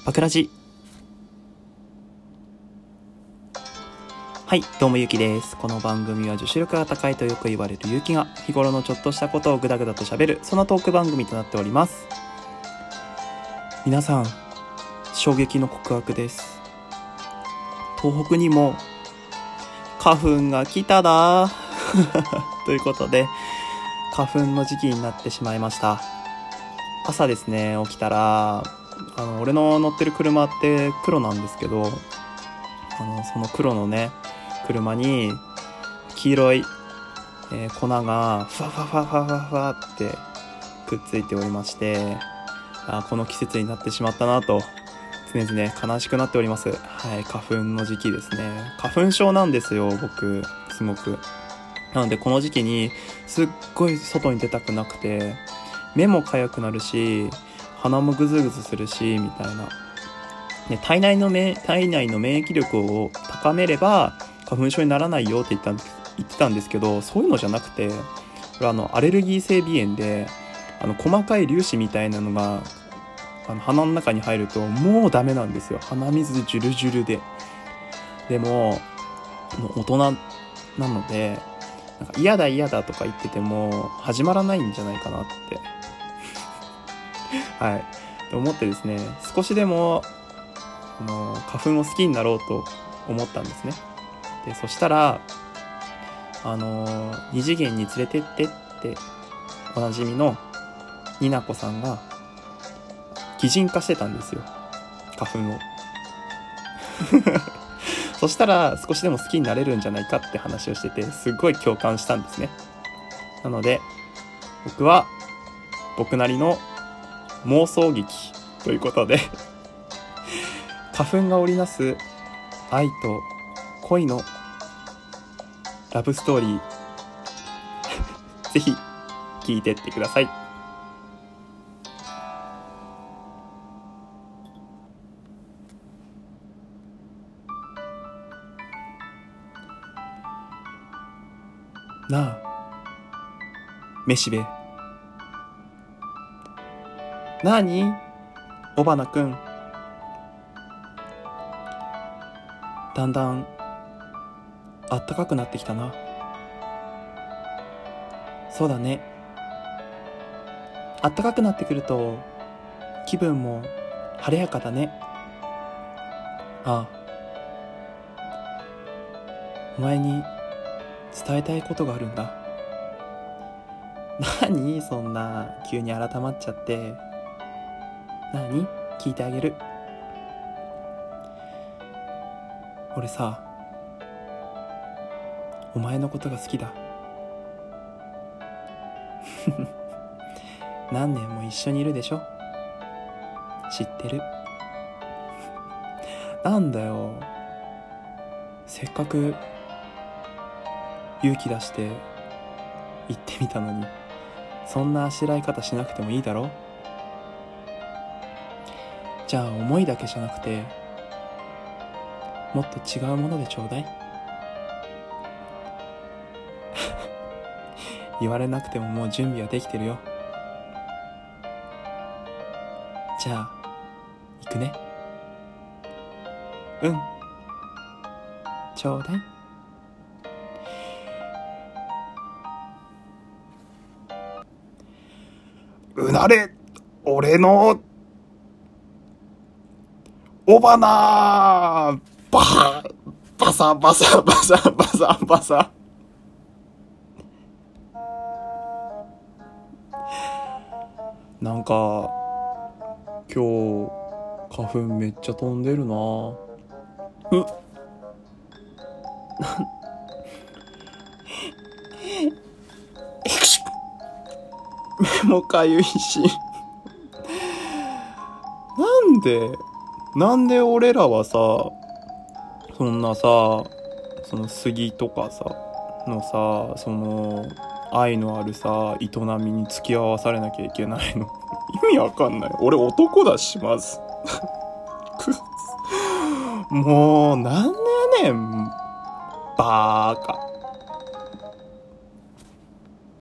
パクラジ。はい、どうもゆきです。この番組は女子力が高いとよく言われるゆきが日頃のちょっとしたことをぐだぐだと喋る、そのトーク番組となっております。皆さん、衝撃の告白です。東北にも花粉が来ただということで、花粉の時期になってしまいました。朝ですね、起きたら俺の乗ってる車って黒なんですけど、その黒のね車に黄色い、粉がふわふわふわふわふわふわってくっついておりまして、この季節になってしまったなと常々悲しくなっております。はい、花粉の時期ですね。花粉症なんですよ、僕すごく。なのでこの時期にすっごい外に出たくなくて、目も痒くなるし鼻もぐずぐずするしみたいな、ね、体内の免疫力を高めれば花粉症にならないよって言ってたんですけど、そういうのじゃなくて、これアレルギー性鼻炎で細かい粒子みたいなのが鼻の中に入るともうダメなんですよ。鼻水ジュルジュルでもう大人なので、なんか嫌だとか言ってても始まらないんじゃないかなってはいと思ってですね、少しでも花粉を好きになろうと思ったんですね。でそしたら二次元に連れてってっておなじみのになこさんが擬人化してたんですよ、花粉をそしたら少しでも好きになれるんじゃないかって話をしてて、すっごい共感したんですね。なので僕は僕なりの妄想劇ということで花粉が織りなす愛と恋のラブストーリーぜひ聞いてってください。なあめしべ、なあにおばなくん、だんだんあったかくなってきたな。そうだね、あったかくなってくると気分も晴れやかだね。ああ、お前に伝えたいことがあるんだ。なにそんな急に改まっちゃって。なに聞いてあげる。俺さ、お前のことが好きだ。何年も一緒にいるでしょ。知ってる。なんだよ、せっかく勇気出して言ってみたのに、そんなあしらい方しなくてもいいだろ。じゃあ思いだけじゃなくてもっと違うものでちょうだい。言われなくてももう準備はできてるよ。じゃあ行くね。うん、ちょうだい。 うなれ俺のおばなー、バサバサバサバサバサ。 なんか今日花粉めっちゃ飛んでるな。目もかゆいしなんで俺らはさ、そんなさ、その杉とかさのさ、その愛のあるさ営みに付き合わされなきゃいけないの意味わかんない。俺男だしまずもうなんでやねんバーカ。